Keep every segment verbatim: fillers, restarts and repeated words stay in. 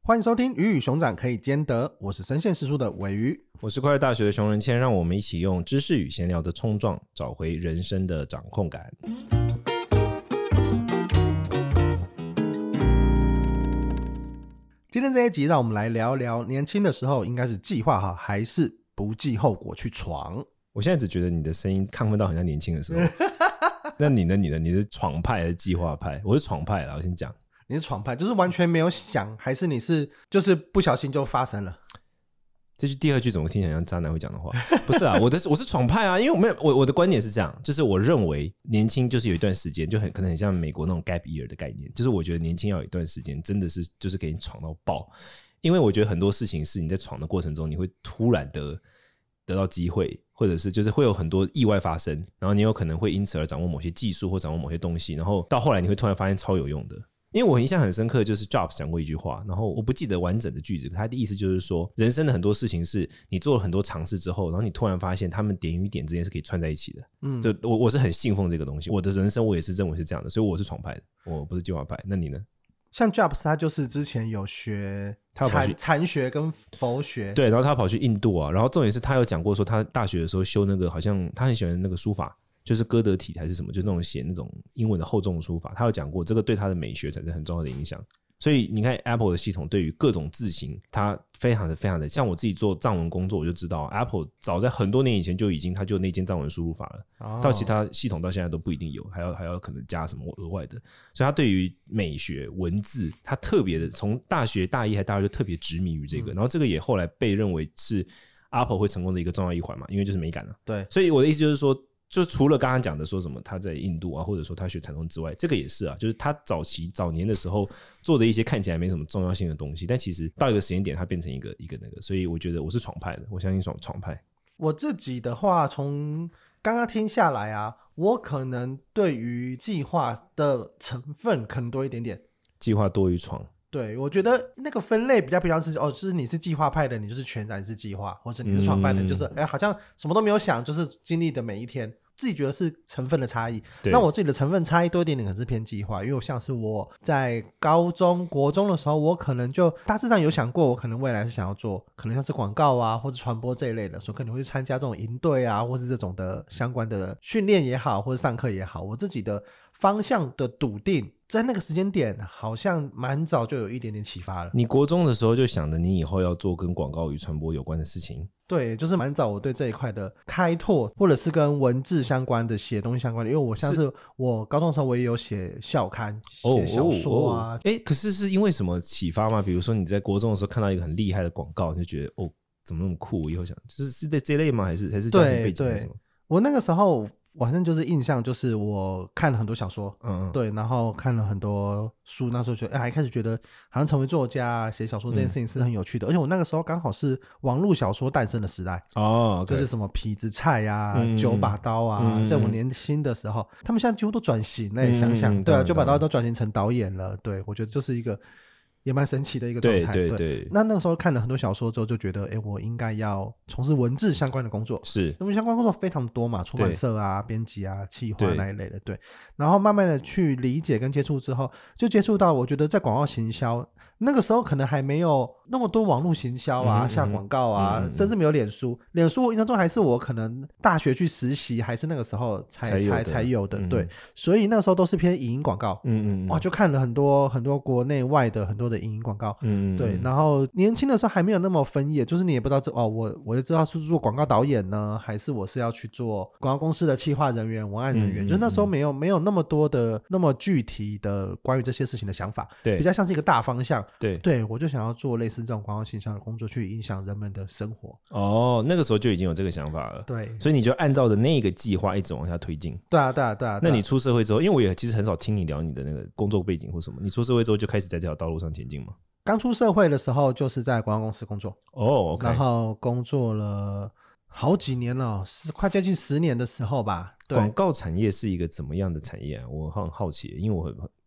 欢迎收听鱼与熊掌可以兼得，我是深陷师叔的尾鱼， 我是快乐大学的熊仁谦，让我们一起用知识与闲聊的冲撞，找回人生的掌控感。 今天这一集让我们来聊聊年轻的时候应该是计划好还是不计后果去闯。 我现在只觉得你的声音亢奋到很像年轻的时候那你呢你呢你是闯派还是计划派？我是闯派啦，我先讲。 你是闯派，就是完全没有想，还是你是就是不小心就发生了？ 这句第二句怎么听起来像渣男会讲的话？不是啊，我的我是闯派啊，因为我没有 我, 我的观点是这样，就是我认为年轻就是有一段时间，就很可能很像美国那种 gap year 的概念，就是我觉得年轻要有一段时间，真的是就是给你闯到爆，因为我觉得很多事情是你在闯的过程中，你会突然的得到机会，或者是就是会有很多意外发生，然后你有可能会因此而掌握某些技术或掌握某些东西，然后到后来你会突然发现超有用的。因为我印象很深刻，就是 Jobs 讲过一句话，然后我不记得完整的句子，他的意思就是说，人生的很多事情是你做了很多尝试之后，然后你突然发现他们点与点之间是可以串在一起的。嗯，就我我是很信奉这个东西，我的人生我也是认为是这样的，所以我是闯派的，我不是计划派。那你呢？ 像 Jobs 他就是之前有学禅学跟佛学， 对，然后他跑去印度啊，然后重点是他有讲过说，他大学的时候修那个好像他很喜欢那个书法。就是歌德体还是什么，就是那种写那种英文的厚重的书法，他有讲过这个对他的美学产生很重要的影响。所以你看 Apple 的系统对于各种字形，它非常的非常的，像我自己做藏文工作，我就知道 Apple 早在很多年以前就已经它就有那间藏文输入法了，哦、到其他系统到现在都不一定有，还要还要可能加什么额外的。所以它对于美学文字，它特别的从大学大一还大二就特别执迷于这个，嗯、然后这个也后来被认为是 Apple 会成功的一个重要一环嘛，因为就是美感啊。 对， 所以我的意思就是说。就除了刚刚讲的说什么他在印度啊，或者说他学禅宗之外，这个也是啊，就是他早期早年的时候做的一些看起来没什么重要性的东西，但其实到一个时间点，它变成一个一个那个，所以我觉得我是闯派的，我相信闯闯派。 我自己的话，从刚刚听下来啊，我可能对于计划的成分可能多一点点， 计划多于闯。 对，我觉得那个分类比较比较是哦，就是你是计划派的，你就是全然是计划，或者你是闯派的，嗯、就是哎，好像什么都没有想，就是经历的每一天。自己觉得是成分的差异，那我自己的成分差异多一点点，可能是偏计划，因为我像是我在高中国中的时候，我可能就大致上有想过，我可能未来是想要做可能像是广告啊或者传播这一类的，所以可能会去参加这种营队啊，或是这种的相关的训练也好，或者上课也好，我自己的方向的笃定在那个时间点好像蛮早就有一点点启发了。 你国中的时候就想着你以后要做跟广告与传播有关的事情？ 对，就是蛮早我对这一块的开拓，或者是跟文字相关的写东西相关的，因为我像是我高中的时候我也有写校刊、写小说啊。 哦哦哦、可是是因为什么启发吗？比如说你在国中的时候看到一个很厉害的广告，你就觉得哦怎么那么酷，我以后想就是是在这类吗？还是还是家庭背景还是什么？ 我那个时候反正就是印象就是我看了很多小说，嗯嗯，对，然后看了很多书，那时候觉得哎，还开始觉得好像成为作家写小说这件事情是很有趣的，嗯、而且我那个时候刚好是网络小说诞生的时代哦， okay、就是什么痞子蔡啊、嗯、九把刀啊，嗯、在我年轻的时候，他们现在几乎都转型了，嗯、想想对啊，九把刀都转型成导演了，对，我觉得就是一个。也蛮神奇的一个状态， 对对对。 那那个时候看了很多小说之后，就觉得，哎，我应该要从事文字相关的工作。 是， 因为相关工作非常多嘛，出版社啊、编辑啊、企划那一类的，对。然后慢慢的去理解跟接触之后，就接触到，我觉得在广告行销那个时候可能还没有那么多网络行销啊、嗯、下广告啊、嗯，甚至没有脸书。脸书我印象中还是我可能大学去实习，还是那个时候才才有的，才, 才有的、嗯，对。所以那个时候都是偏影音广告，嗯嗯，哇，就看了很多很多国内外的很多的影音广告，嗯，对。然后年轻的时候还没有那么分野，就是你也不知道这哦，我我就知道是做广告导演呢，还是我是要去做广告公司的企划人员、文案人员，嗯、就是那时候没有没有那么多的那么具体的关于这些事情的想法，对，比较像是一个大方向。对对，我就想要做类似这种广告行销的工作，去影响人们的生活。 哦，那个时候就已经有这个想法了。 对， 所以你就按照着那个计划一直往下推进。 对啊，对啊，对啊。 那你出社会之后，因为我也其实很少听你聊你的那个工作背景或什么，你出社会之后就开始在这条道路上前进吗？ 刚出社会的时候就是在广告公司工作。 哦、oh, ，OK。 然后工作了好几年了，是快接近十年的时候吧。对， 广告产业是一个怎么样的产业啊？我很好奇，因为我很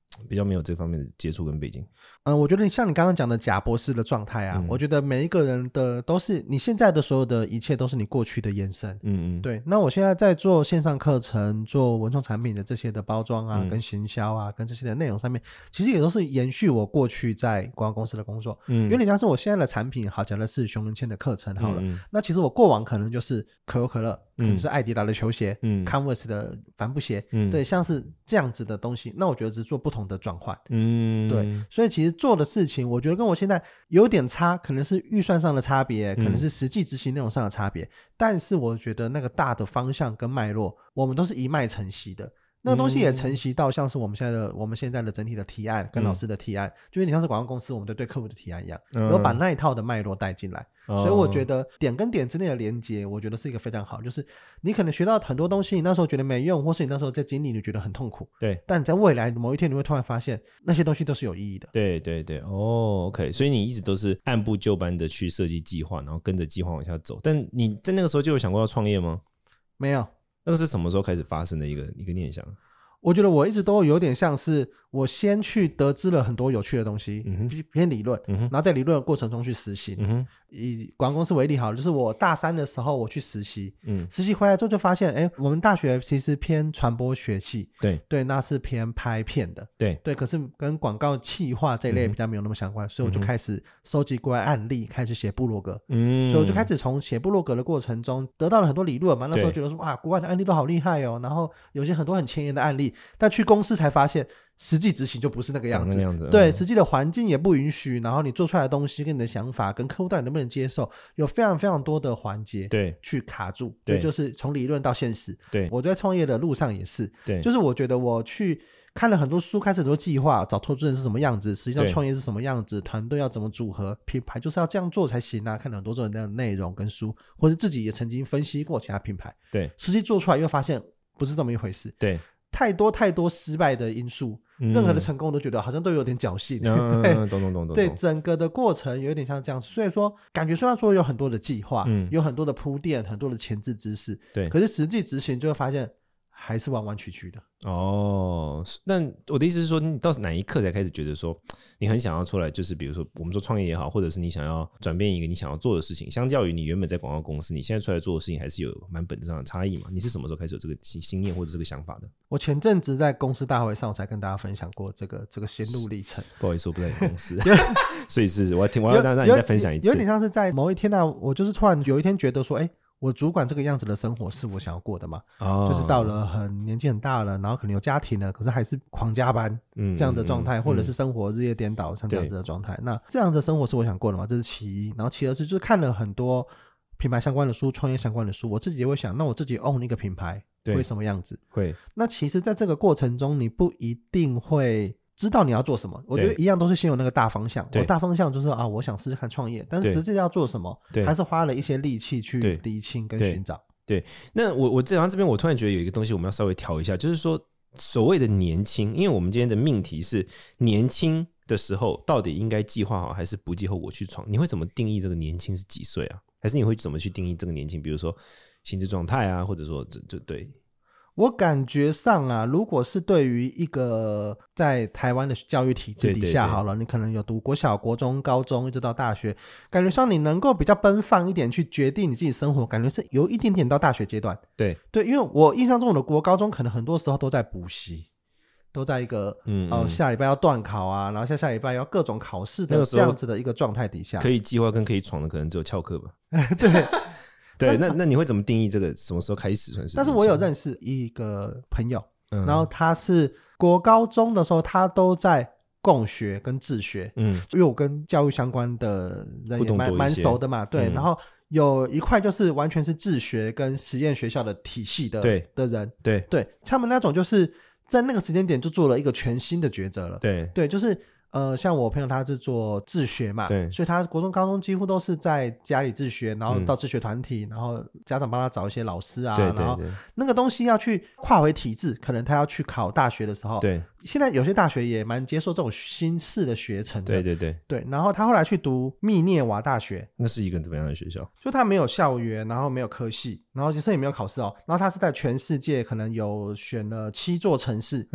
比较没有这方面的接触跟背景。 嗯，我觉得像你刚刚讲的贾博士的状态啊、嗯、我觉得每一个人的都是你现在的所有的一切都是你过去的延伸。嗯嗯，对。那我现在在做线上课程，做文创产品的这些的包装啊、嗯、跟行销啊跟这些的内容上面，其实也都是延续我过去在广告公司的工作。嗯，有点像是我现在的产品，好，假的是熊仁谦的课程好了、嗯嗯、那其实我过往可能就是可口可乐，可能是艾迪达的球鞋，嗯 Converse 的帆布鞋，嗯，对，像是这样子的东西，那我觉得只是做不同的转换。嗯，对。所以其实做的事情我觉得跟我现在有点差，可能是预算上的差别，可能是实际执行内容上的差别、嗯、但是我觉得那个大的方向跟脉络我们都是一脉承袭的，那个东西也承袭到像是我们现在的我们现在的整体的提案跟老师的提案、嗯、就有点像是广告公司我们对对客户的提案一样，然后把那一套的脉络带进来、嗯、所以我觉得点跟点之内的连接我觉得是一个非常好，就是你可能学到很多东西，你那时候觉得没用，或是你那时候在经历你觉得很痛苦，对，但你在未来某一天你会突然发现那些东西都是有意义的。对对对，哦 OK， 所以你一直都是按部就班的去设计计划，然后跟着计划往下走。但你在那个时候就有想过要创业吗？没有。那个是什么时候开始发生的一个一个念想？我觉得我一直都有点像是我先去得知了很多有趣的东西、嗯、偏理论、嗯、然后在理论的过程中去实行、嗯、以广告公司为例好了，就是我大三的时候我去实习、嗯、实习回来之后就发现哎，我们大学其实偏传播学系，对对，那是偏拍片的，对对，可是跟广告企划这一类比较没有那么相关、嗯、所以我就开始收集国外案例，开始写部落格、嗯、所以我就开始从写部落格的过程中得到了很多理论嘛，那时候觉得说哇，国外的案例都好厉害哦，然后有些很多很前沿的案例，但去公司才发现实际执行就不是那个样子，那样子对、嗯、实际的环境也不允许，然后你做出来的东西跟你的想法跟客户到底能不能接受，有非常非常多的环节对去卡住，对，就是从理论到现实。对，我在创业的路上也是，对，就是我觉得我去看了很多书，开始很多计划，找投资人是什么样子，实际上创业是什么样子，团队要怎么组合，品牌就是要这样做才行啊，看了很多种的内容跟书，或者自己也曾经分析过其他品牌，对，实际做出来又发现不是这么一回事，对，太多太多失败的因素、嗯、任何的成功都觉得好像都有点侥幸、嗯、对，懂懂懂懂，对，整个的过程有点像这样，所以说感觉虽然说有很多的计划、嗯、有很多的铺垫，很多的前置知识，对，可是实际执行就会发现还是弯弯曲曲的。哦，那我的意思是说，你到哪一刻才开始觉得说你很想要出来，就是比如说我们说创业也好，或者是你想要转变一个你想要做的事情，相较于你原本在广告公司，你现在出来做的事情还是有蛮本质上的差异嘛？你是什么时候开始有这个心念或者这个想法的？我前阵子在公司大会上我才跟大家分享过这个这个心路历程。不好意思，我不在你公司所以是我要听，我要让你再分享一次。有, 有, 有点像是在某一天啊，我就是突然有一天觉得说，哎，我主管这个样子的生活是我想要过的嘛、哦、就是到了很年纪很大了，然后可能有家庭了，可是还是狂加班、嗯、这样的状态、嗯、或者是生活日夜颠倒、嗯、像这样子的状态，那这样的生活是我想过的嘛？这是其一。然后其二是就是看了很多品牌相关的书，创业相关的书，我自己也会想，那我自己 own 一个品牌会什么样子？会。那其实在这个过程中你不一定会知道你要做什么，我觉得一样都是先有那个大方向，我大方向就是啊，我想试试看创业，但是实际要做什么还是花了一些力气去厘清跟寻找。 对, 对，那我我这这边我突然觉得有一个东西我们要稍微调一下，就是说所谓的年轻，因为我们今天的命题是年轻的时候到底应该计划好还是不计后我去闯，你会怎么定义这个年轻是几岁啊？还是你会怎么去定义这个年轻？比如说心智状态啊，或者说这这对我感觉上啊，如果是对于一个在台湾的教育体制底下好了，对对对，你可能有读国小国中高中一直到大学，感觉上你能够比较奔放一点去决定你自己生活，感觉是有一点点到大学阶段。对对，因为我印象中我的国高中可能很多时候都在补习，都在一个嗯嗯、呃、下礼拜要段考啊，然后下下礼拜要各种考试的这样子的一个状态底下，可以计划跟可以闯的可能只有翘课吧对对，那那你会怎么定义这个什么时候开始算是？但是我有认识一个朋友、嗯、然后他是国高中的时候他都在共学跟自学，嗯，因为我跟教育相关的人也蛮蛮熟的嘛，对、嗯、然后有一块就是完全是自学跟实验学校的体系的对的人，对对，他们那种就是在那个时间点就做了一个全新的抉择了，对对，就是呃，像我朋友他是做自学嘛，对，所以他国中高中几乎都是在家里自学，然后到自学团体、嗯、然后家长帮他找一些老师啊，对对对，然后那个东西要去跨回体制，可能他要去考大学的时候，对，现在有些大学也蛮接受这种新式的学程的，对对对对，然后他后来去读密涅瓦大学，那是一个怎么样的学校？就他没有校园，然后没有科系，然后其实也没有考试哦，然后他是在全世界可能有选了七座城市，嗯，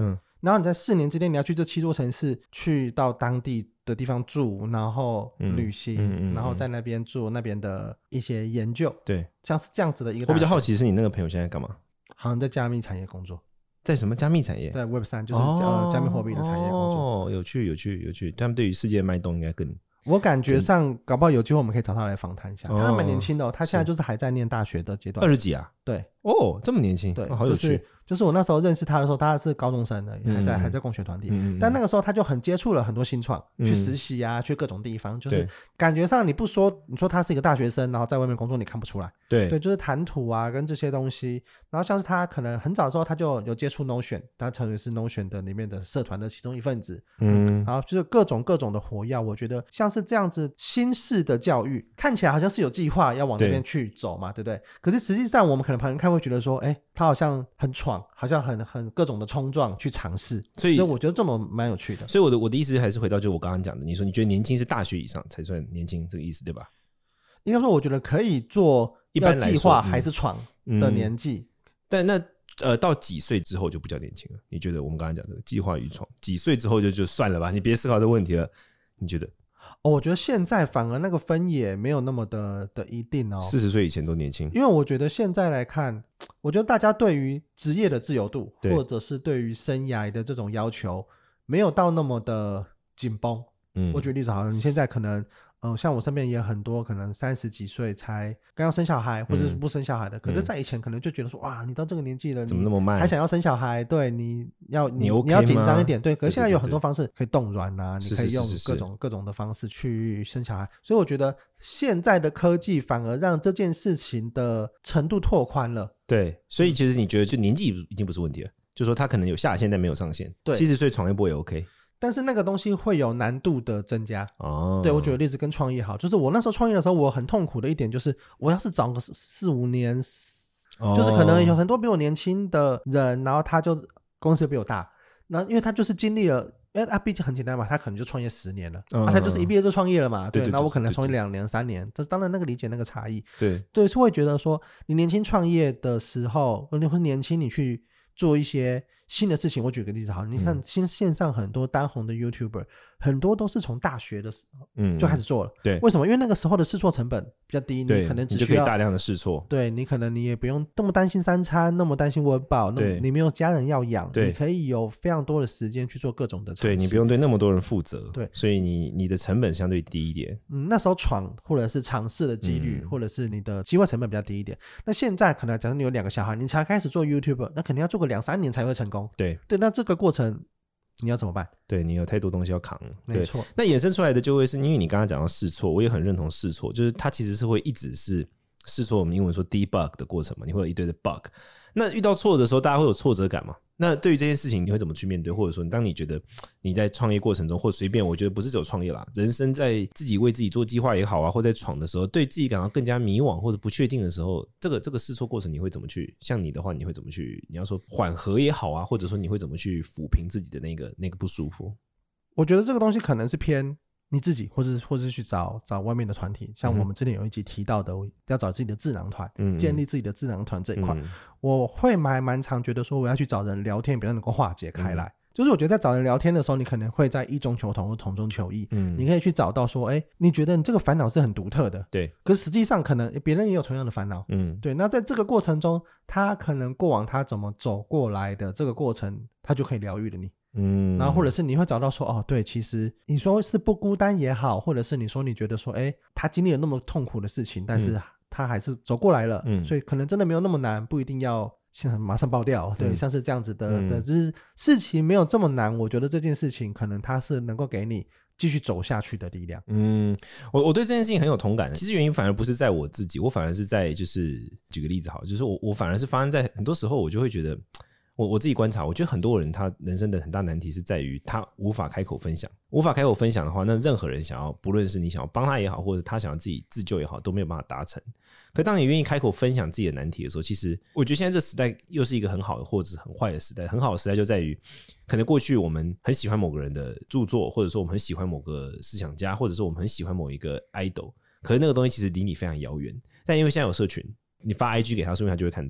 然后你在四年之内你要去这七座城市，去到当地的地方住，然后旅行、嗯嗯嗯嗯、然后在那边做那边的一些研究， 对， 像是这样子的一个大学。 我比较好奇是你那个朋友现在干嘛？ 好像在加密产业工作。 在什么加密产业？ 对 Web 三 就是、哦、加密货币的产业工作。 哦，有趣有趣有趣，他们对于世界的脉动应该更， 我感觉上搞不好有机会我们可以找他来访谈一下、哦、他蛮年轻的、哦、他现在就是还在念大学的阶段。 二十几啊？ 对， 哦，这么年轻， 对、 哦、好有趣、 就是就是我那时候认识他的时候他是高中生的，还在、嗯、还在共学团体、嗯、但那个时候他就很接触了很多新创、嗯、去实习啊，去各种地方，就是感觉上你不说你说他是一个大学生然后在外面工作你看不出来。 对对，就是谈吐啊跟这些东西，然后像是他可能很早的时候他就有接触 Notion， 他成为是 Notion 的里面的社团的其中一份子，嗯，然后就是各种各种的活跃，我觉得像是这样子新式的教育看起来好像是有计划要往那边去走嘛， 对, 对不对？可是实际上我们可能旁人看会觉得说，哎，他好像很闯，好像很很各种的冲撞去尝试，所以所以我觉得这么蛮有趣的。 所以我的我的意思还是回到就我刚刚讲的，你说你觉得年轻是大学以上才算年轻，这个意思对吧？ 应该说我觉得可以做要计划还是闯的年纪、 嗯嗯、但那呃到几岁之后就不叫年轻了？你觉得我们刚刚讲这个计划与闯几岁之后就就算了吧，你别思考这个问题了，你觉得？ 哦，我觉得现在反而那个分野没有那么的的一定哦。 四十岁以前都年轻， 因为我觉得现在来看，我觉得大家对于职业的自由度或者是对于生涯的这种要求没有到那么的紧绷。嗯，我举例子好了，你现在可能嗯，像我身边也有很多可能三十几岁才刚要生小孩或者是不生小孩的、嗯、可是在以前可能就觉得说哇，你到这个年纪了怎么那么慢， 还想要生小孩，对，你要 你, 你, OK 你要紧张一点，对。可是现在有很多方式可以冻卵啊， 对对对， 你可以用各种各种的方式去生小孩，所以我觉得现在的科技反而让这件事情的程度拓宽了。 对，所以其实你觉得就年纪已经不是问题了，就说他可能有下限但没有上限，对，七十岁闯一波也 OK， 但是那个东西会有难度的增加。哦，对，我举个例子跟创业好，就是我那时候创业的时候我很痛苦的一点就是我要是找个四五年、哦、就是可能有很多比我年轻的人，然后他就公司比我大，然后因为他就是经历了，因为他毕竟很简单嘛，他可能就创业十年了、嗯啊、他就是一毕业就创业了嘛，对，那我可能创业两年三年，但是当然那个理解那个差异， 对对，是会觉得说你年轻创业的时候，或者年轻你去做一些新的事情。我举个例子好，你看新线上很多当红的 YouTuber 很多都是从大学的时候就开始做了、嗯、对，为什么？因为那个时候的试错成本比较低，你可能只需要你就可以大量的试错， 对，你可能你也不用那么担心三餐，那么担心温饱，那么你没有家人要养，你可以有非常多的时间去做各种的尝试， 对，你不用对那么多人负责，对，所以你你的成本相对低一点。 嗯，那时候闯或者是尝试的几率、嗯、或者是你的机会成本比较低一点。那现在可能假如你有两个小孩，你才开始做 YouTuber， 那肯定要做个两三年才会成功， 对对，那这个过程你要怎么办？ 对，你有太多东西要扛， 没错。 那衍生出来的就会是因为你刚刚讲到试错，我也很认同试错，就是它其实是会一直是试错，我们英文说 debug 的过程嘛，你会有一堆的 bug。那遇到挫折的时候，大家会有挫折感嘛？那对于这件事情，你会怎么去面对？或者说，当你觉得你在创业过程中，或随便，我觉得不是只有创业啦，人生在自己为自己做计划也好啊，或在闯的时候，对自己感到更加迷惘或者不确定的时候，这个这个试错过程，你会怎么去？像你的话，你会怎么去？你要说缓和也好啊，或者说你会怎么去抚平自己的那个那个不舒服？ 我觉得这个东西可能是偏你自己，或者或者是去找找外面的团体，像我们之前有一集提到的，嗯、要找自己的智囊团，嗯、建立自己的智囊团这一块，嗯、我会蛮蛮常觉得说，我要去找人聊天，比较能够化解开来。嗯、就是我觉得在找人聊天的时候，你可能会在异中求同或同中求异，嗯，你可以去找到说，哎，你觉得你这个烦恼是很独特的， 对， 可是实际上可能别人也有同样的烦恼，嗯，对。那在这个过程中，他可能过往他怎么走过来的这个过程，他就可以疗愈了你。嗯，然后或者是你会找到说，哦，对，其实你说是不孤单也好，或者是你说你觉得说，哎，他经历了那么痛苦的事情，但是他还是走过来了，嗯，所以可能真的没有那么难，不一定要现在马上爆掉，对，嗯、像是这样子的、嗯、的，就是事情没有这么难，我觉得这件事情可能它是能够给你继续走下去的力量。 嗯，我我对这件事情很有同感。其实原因反而不是在我自己，我反而是在就是举个例子好，就是我我反而是发生在很多时候，我就会觉得。我我自己观察，我觉得很多人他人生的很大难题是在于他无法开口分享，无法开口分享的话，那任何人想要，不论是你想要帮他也好，或者他想要自己自救也好，都没有办法达成。可当你愿意开口分享自己的难题的时候，其实我觉得现在这时代又是一个很好的或者是很坏的时代。很好的时代就在于，可能过去我们很喜欢某个人的著作，或者说我们很喜欢某个思想家，或者说我们很喜欢某一个 idol， 可是那个东西其实离你非常遥远。但因为现在有社群，你发 I G 给他，说不定他就会看到。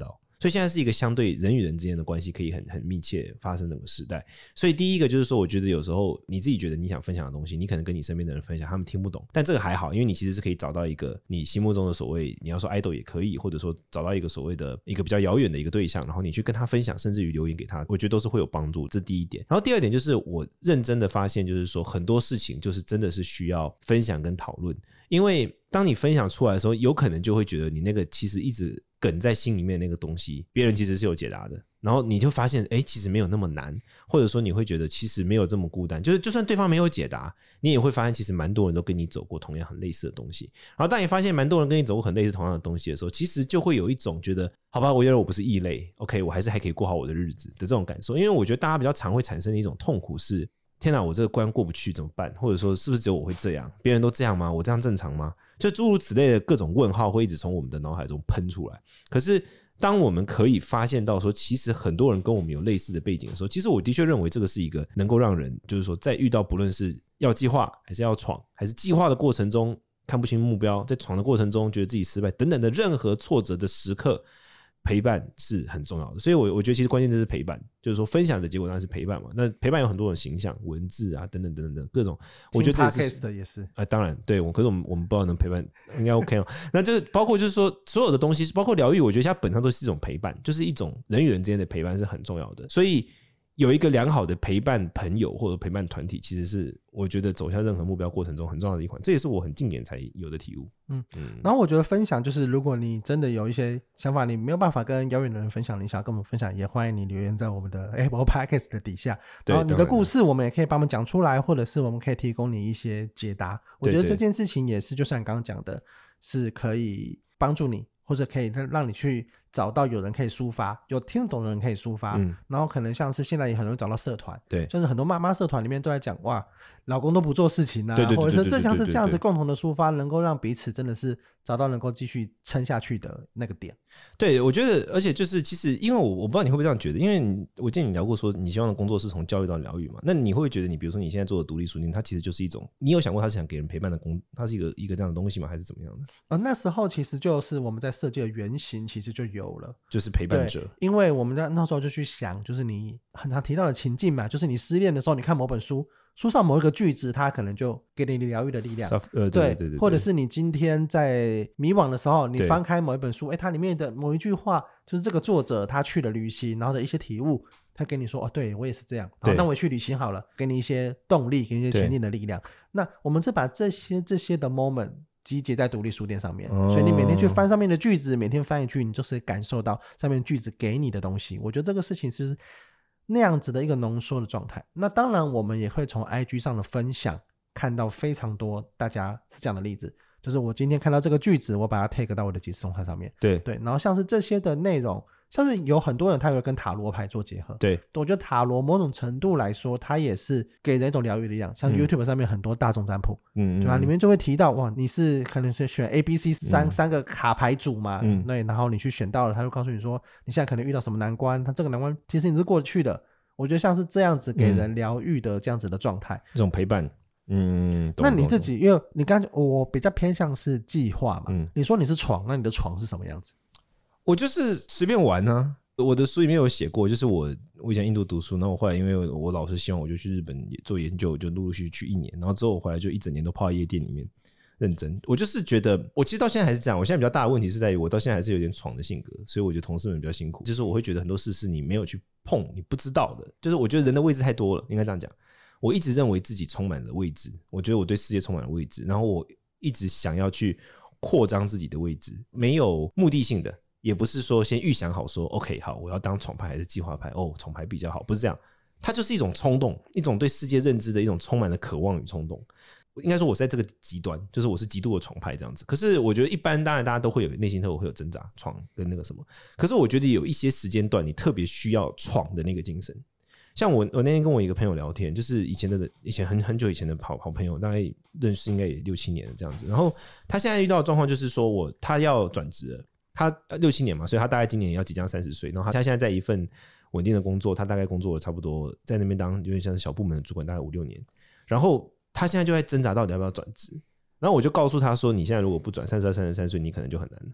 所以现在是一个相对人与人之间的关系可以很很密切发生的时代。所以第一个就是说，我觉得有时候你自己觉得你想分享的东西，你可能跟你身边的人分享，他们听不懂，但这个还好，因为你其实是可以找到一个你心目中的所谓，你要说 idol 也可以，或者说找到一个所谓的一个比较遥远的一个对象，然后你去跟他分享，甚至于留言给他，我觉得都是会有帮助，这第一点。然后第二点就是我认真的发现，就是说很多事情就是真的是需要分享跟讨论，因为当你分享出来的时候，有可能就会觉得你那个其实一直梗在心里面的那个东西，别人其实是有解答的，然后你就发现哎，其实没有那么难，或者说你会觉得其实没有这么孤单，就是就算对方没有解答，你也会发现其实蛮多人都跟你走过同样很类似的东西。然后当你发现蛮多人跟你走过很类似同样的东西的时候，其实就会有一种觉得好吧，我觉得我不是异类 OK， 我还是还可以过好我的日子的这种感受。因为我觉得大家比较常会产生的一种痛苦是，天哪，我这个关过不去怎么办？或者说是不是只有我会这样？别人都这样吗？我这样正常吗？就诸如此类的各种问号会一直从我们的脑海中喷出来。可是当我们可以发现到说其实很多人跟我们有类似的背景的时候，其实我的确认为这个是一个能够让人就是说在遇到不论是要计划还是要闯，还是计划的过程中看不清目标，在闯的过程中觉得自己失败等等的任何挫折的时刻，陪伴是很重要的。所以我我觉得其实关键就是陪伴，就是说分享的结果当然是陪伴嘛。那陪伴有很多种形象，文字啊等等等等的各种，我觉得这是 podcast 的也是啊、 呃，当然对，我可是我们我们不知道能陪伴应该 OK 哦。那就是包括就是说所有的东西，包括疗愈，我觉得它本身都是一种陪伴，就是一种人与人之间的陪伴是很重要的。所以有一个良好的陪伴朋友或者陪伴团体，其实是我觉得走向任何目标过程中很重要的一环，这也是我很近年才有的体悟。 嗯嗯，然后我觉得分享就是，如果你真的有一些想法，你没有办法跟遥远的人分享，你想要跟我们分享，也欢迎你留言在我们的 Apple Podcast 的底下。然后你的故事我们也可以帮我们讲出来，或者是我们可以提供你一些解答。我觉得这件事情也是，就像你刚刚讲的，是可以帮助你，或者可以让你去找到有人可以抒发，有听得懂的人可以抒发、嗯、然后可能像是现在也很容易找到社团，对，就是很多妈妈社团里面都在讲哇，老公都不做事情啊，对对对对对对对对，或者是这像是这样子共同的抒发，能够让彼此真的是找到能够继续撑下去的那个点。 对，我觉得而且就是其实因为我我不知道你会不会这样觉得，因为我见你聊过说你希望的工作是从教育到疗愈嘛，那你会不会觉得你比如说你现在做的独立书店，它其实就是一种，你有想过它是想给人陪伴的工，它是一个一个这样的东西吗？还是怎么样的？ 呃，那时候其实就是我们在设计的原型其实就有了， 就是陪伴者。 因为我们在那时候就去想，就是你很常提到的情境嘛，就是你失恋的时候，你看某本书，书上某一个句子，它可能就给你疗愈的力量。 呃、对, 对, 对, 对， 或者是你今天在迷惘的时候，你翻开某一本书，哎，它里面的某一句话，就是这个作者他去了旅行，然后的一些体悟，他跟你说，哦，对我也是这样，好，那我也去旅行好了，给你一些动力，给你一些前进的力量。那我们是把这些这些的 moment集结在独立书店上面、哦、所以你每天去翻上面的句子，每天翻一句，你就是感受到上面的句子给你的东西。我觉得这个事情是那样子的一个浓缩的状态。那当然我们也会从 I G 上的分享看到非常多大家是这样的例子，就是我今天看到这个句子，我把它 take 到我的即时动态上面，对对，然后像是这些的内容，像是有很多人他会跟塔罗牌做结合，对，我觉得塔罗某种程度来说它也是给人一种疗愈力量，像 YouTube 上面很多大众占卜，嗯，对吧？里面就会提到哇，你是可能是选 A B C 三、嗯、三个卡牌组嘛，嗯，对，然后你去选到了，他就告诉你说你现在可能遇到什么难关，他这个难关其实你是过去的。我觉得像是这样子给人疗愈的这样子的状态，这种陪伴。嗯， 那你自己，因为你刚才我比较偏向是计划嘛、嗯，你说你是闯，那你的闯是什么样子？ 我就是随便玩啊。我的书里面有写过，就是我我以前印度读书，然后我后来因为我老师希望我就去日本做研究，就陆陆续续去一年，然后之后我回来就一整年都泡在夜店里面认真。我就是觉得我其实到现在还是这样，我现在比较大的问题是在于我到现在还是有点闯的性格，所以我觉得同事们比较辛苦，就是我会觉得很多事是你没有去碰你不知道的，就是我觉得人的位置太多了，应该这样讲。我一直认为自己充满了位置，我觉得我对世界充满了位置，然后我一直想要去扩张自己的位置，没有目的性的，也不是说先预想好说 OK 好我要当闯牌还是计划牌，哦闯牌比较好，不是这样，它就是一种冲动，一种对世界认知的一种充满了渴望与冲动。应该说我是在这个极端，就是我是极度的闯派这样子。可是我觉得一般当然大家都会有内心都会有挣扎闯跟那个什么，可是我觉得有一些时间段你特别需要闯的那个精神。像我我那天跟我一个朋友聊天，就是以前的以前很很久以前的好好朋友，大概认识应该也六七年了这样子。然后他现在遇到的状况就是说我他要转职了，他六七年嘛，所以他大概今年要即将三十岁，然后他现在在一份稳定的工作，他大概工作了差不多在那边当有点像是小部门的主管，大概五六年。然后他现在就在挣扎到底要不要转职，然后我就告诉他说，你现在如果不转，三十二、三十三岁，你可能就很难了。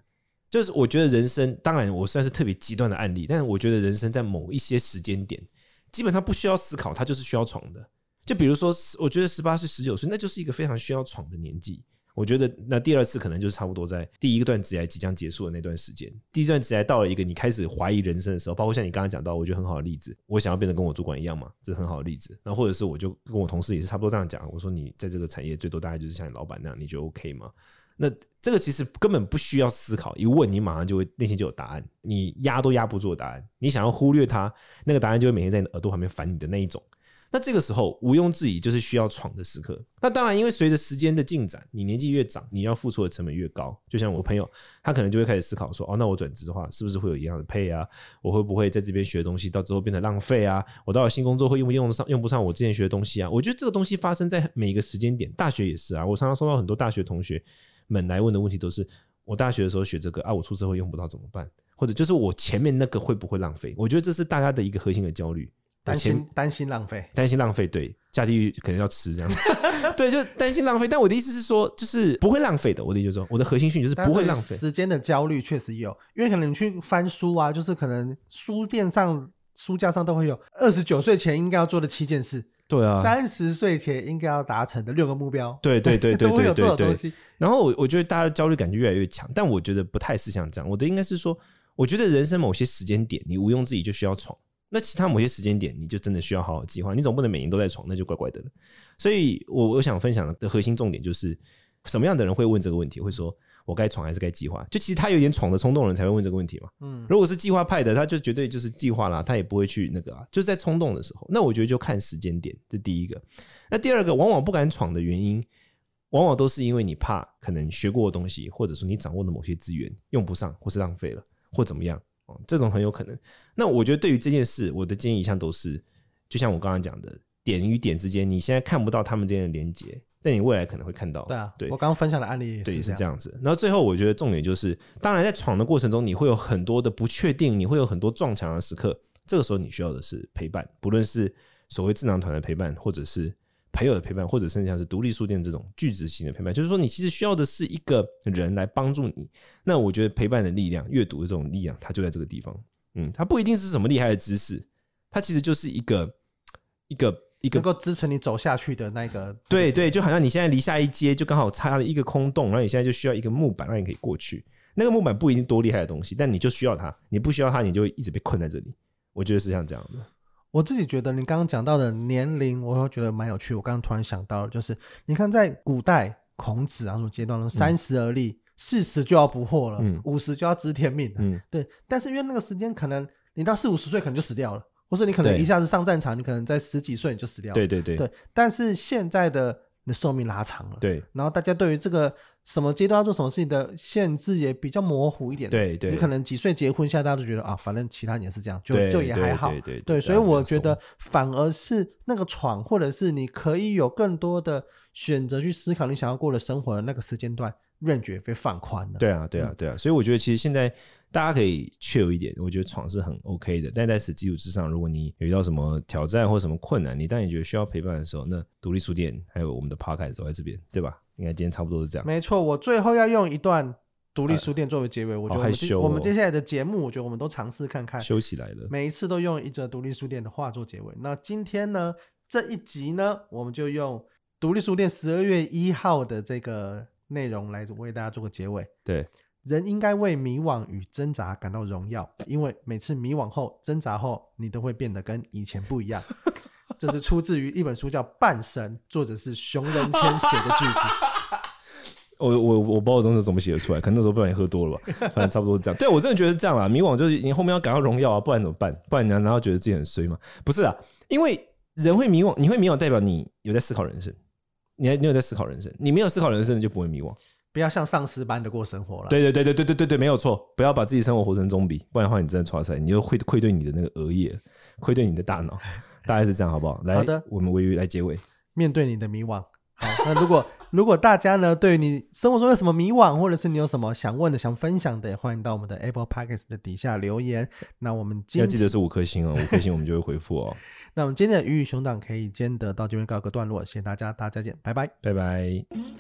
就是我觉得人生，当然我算是特别极端的案例，但是我觉得人生在某一些时间点基本上不需要思考，它就是需要闯的。就比如说我觉得十八岁十九岁那就是一个非常需要闯的年纪，我觉得那第二次可能就是差不多在第一段职涯即将结束的那段时间，第一段职涯到了一个你开始怀疑人生的时候，包括像你刚刚讲到我觉得很好的例子，我想要变得跟我主管一样嘛，这是很好的例子。然后或者是我就跟我同事也是差不多这样讲，我说你在这个产业最多大概就是像你老板那样，你觉得 OK 吗？那这个其实根本不需要思考，一问你马上就会内心就有答案，你压都压不住的答案，你想要忽略它，那个答案就会每天在你的耳朵旁边烦你的那一种。那这个时候毋庸置疑就是需要闯的时刻。那当然因为随着时间的进展，你年纪越长你要付出的成本越高，就像我朋友他可能就会开始思考说，哦，那我转职的话是不是会有一样的配啊，我会不会在这边学的东西到之后变得浪费啊，我到了新工作会用不用上用不上我之前学的东西啊。我觉得这个东西发生在每一个时间点，大学也是啊，我常常收到很多大学同学们来问的问题都是，我大学的时候学这个啊，我出社会用不到怎么办，或者就是我前面那个会不会浪费。我觉得这是大家的一个核心的焦虑， 担心担心浪费， 担心浪费，对，下地狱可能要吃这样子，对，就担心浪费。但我的意思是说，就是不会浪费的。我的意思就是说，我的核心讯息就是不会浪费。 时间的焦虑确实有，因为可能你去翻书啊，就是可能书店上、书架上都会有二十九岁前应该要做的七件事。 对啊， 三十岁前应该要达成的六个目标， 对对对对对对对对对。 然后我我觉得大家的焦虑感就越来越强，但我觉得不太是像这样。我的应该是说，我觉得人生某些时间点，你毋庸置疑就需要闯。那其他某些时间点，你就真的需要好好计划。你总不能每年都在闯，那就怪怪的了。所以我我想分享的核心重点就是，什么样的人会问这个问题？会说我该闯还是该计划？就其实他有点闯的冲动的人才会问这个问题嘛。嗯，如果是计划派的，他就绝对就是计划啦，他也不会去那个啊，就是在冲动的时候。那我觉得就看时间点，这第一个。那第二个，往往不敢闯的原因，往往都是因为你怕可能学过的东西，或者说你掌握的某些资源用不上，或是浪费了，或怎么样。这种很有可能。那我觉得对于这件事，我的建议一向都是，就像我刚刚讲的，点与点之间，你现在看不到他们之间的连结，但你未来可能会看到。 对啊， 对， 我刚刚分享的案例也是对，也是这样子。然后最后，我觉得重点就是，当然在闯的过程中，你会有很多的不确定，你会有很多撞墙的时刻。这个时候，你需要的是陪伴，不论是所谓智囊团的陪伴，或者是朋友的陪伴，或者甚至像是独立书店这种巨执型的陪伴，就是说你其实需要的是一个人来帮助你。那我觉得陪伴的力量，阅读的这种力量，它就在这个地方。嗯，它不一定是什么厉害的知识，它其实就是一个一个一个能够支持你走下去的那个。 对对，就好像你现在离下一阶就刚好插了一个空洞，然后你现在就需要一个木板让你可以过去。那个木板不一定多厉害的东西，但你就需要它，你不需要它，你就会一直被困在这里。我觉得是像这样的。 我自己觉得你刚刚讲到的年龄，我会觉得蛮有趣。我刚刚突然想到了，就是你看在古代孔子啊什么阶段，三十而立，四十就要不惑了，五十、嗯、就要知天命了、嗯。对。但是因为那个时间可能你到四五十岁可能就死掉了，或是你可能一下子上战场，你可能在十几岁你就死掉了。 对对对。 对。但是现在的你的寿命拉长了， 对。 然后大家对于这个什么阶段要做什么事情的限制也比较模糊一点。 对对。 你可能几岁结婚，现在大家都觉得啊，反正其他人也是这样，就就也还好。 对对对。 对，所以我觉得反而是那个闯，或者是你可以有更多的选择去思考你想要过的生活的那个时间段，range被放宽了。 对啊，对啊，对啊。所以我觉得其实现在大家可以chill一点，我觉得闯是很 OK 的。但在此基础之上，如果你有遇到什么挑战或什么困难，你当你觉得需要陪伴的时候，那独立书店还有我们的 podcast 都在这边，对吧？应该今天差不多是这样。 没错，我最后要用一段独立书店作为结尾，我觉得我 们,、 哦、 我们接下来的节目，我觉得我们都尝试看看， 修起来了。 每一次都用一则独立书店的话做结尾。那今天呢，这一集呢，我们就用独立书店十二月一号的这个内容来为大家做个结尾。 对， 人应该为迷惘与挣扎感到荣耀，因为每次迷惘后、挣扎后，你都会变得跟以前不一样。这是出自于一本书叫《半神》，作者是熊仁谦写的句子。 我我我不知道当时怎么写得出来，可能那时候不然你喝多了吧，反正差不多是这样。对，我真的觉得是这样啦，迷惘就是你后面要感到荣耀啊，不然怎么办？不然你难道觉得自己很衰吗？不是啊，因为人会迷惘，你会迷惘代表你有在思考人生，你你有在思考人生，你没有思考人生就不会迷惘。 不要像丧尸般的过生活了。 对对对对对对对对，没有错，不要把自己生活活成宗比，不然的话你真的剉赛，你就会愧对你的那个额叶，愧对你的大脑，大概是这样，好不好？来，好的，我们微鱼来结尾， 面对你的迷惘。好，那如果如果大家呢对于你生活中有什么迷惘，或者是你有什么想问的、想分享的，也欢迎到我们的 Apple Podcast 的底下留言。那我们今天要记得是五颗星哦，五颗星我们就会回复哦。 那我们今天的鱼与熊掌可以兼得到这边告一个段落，谢谢大家，大家再见，拜拜， 拜拜。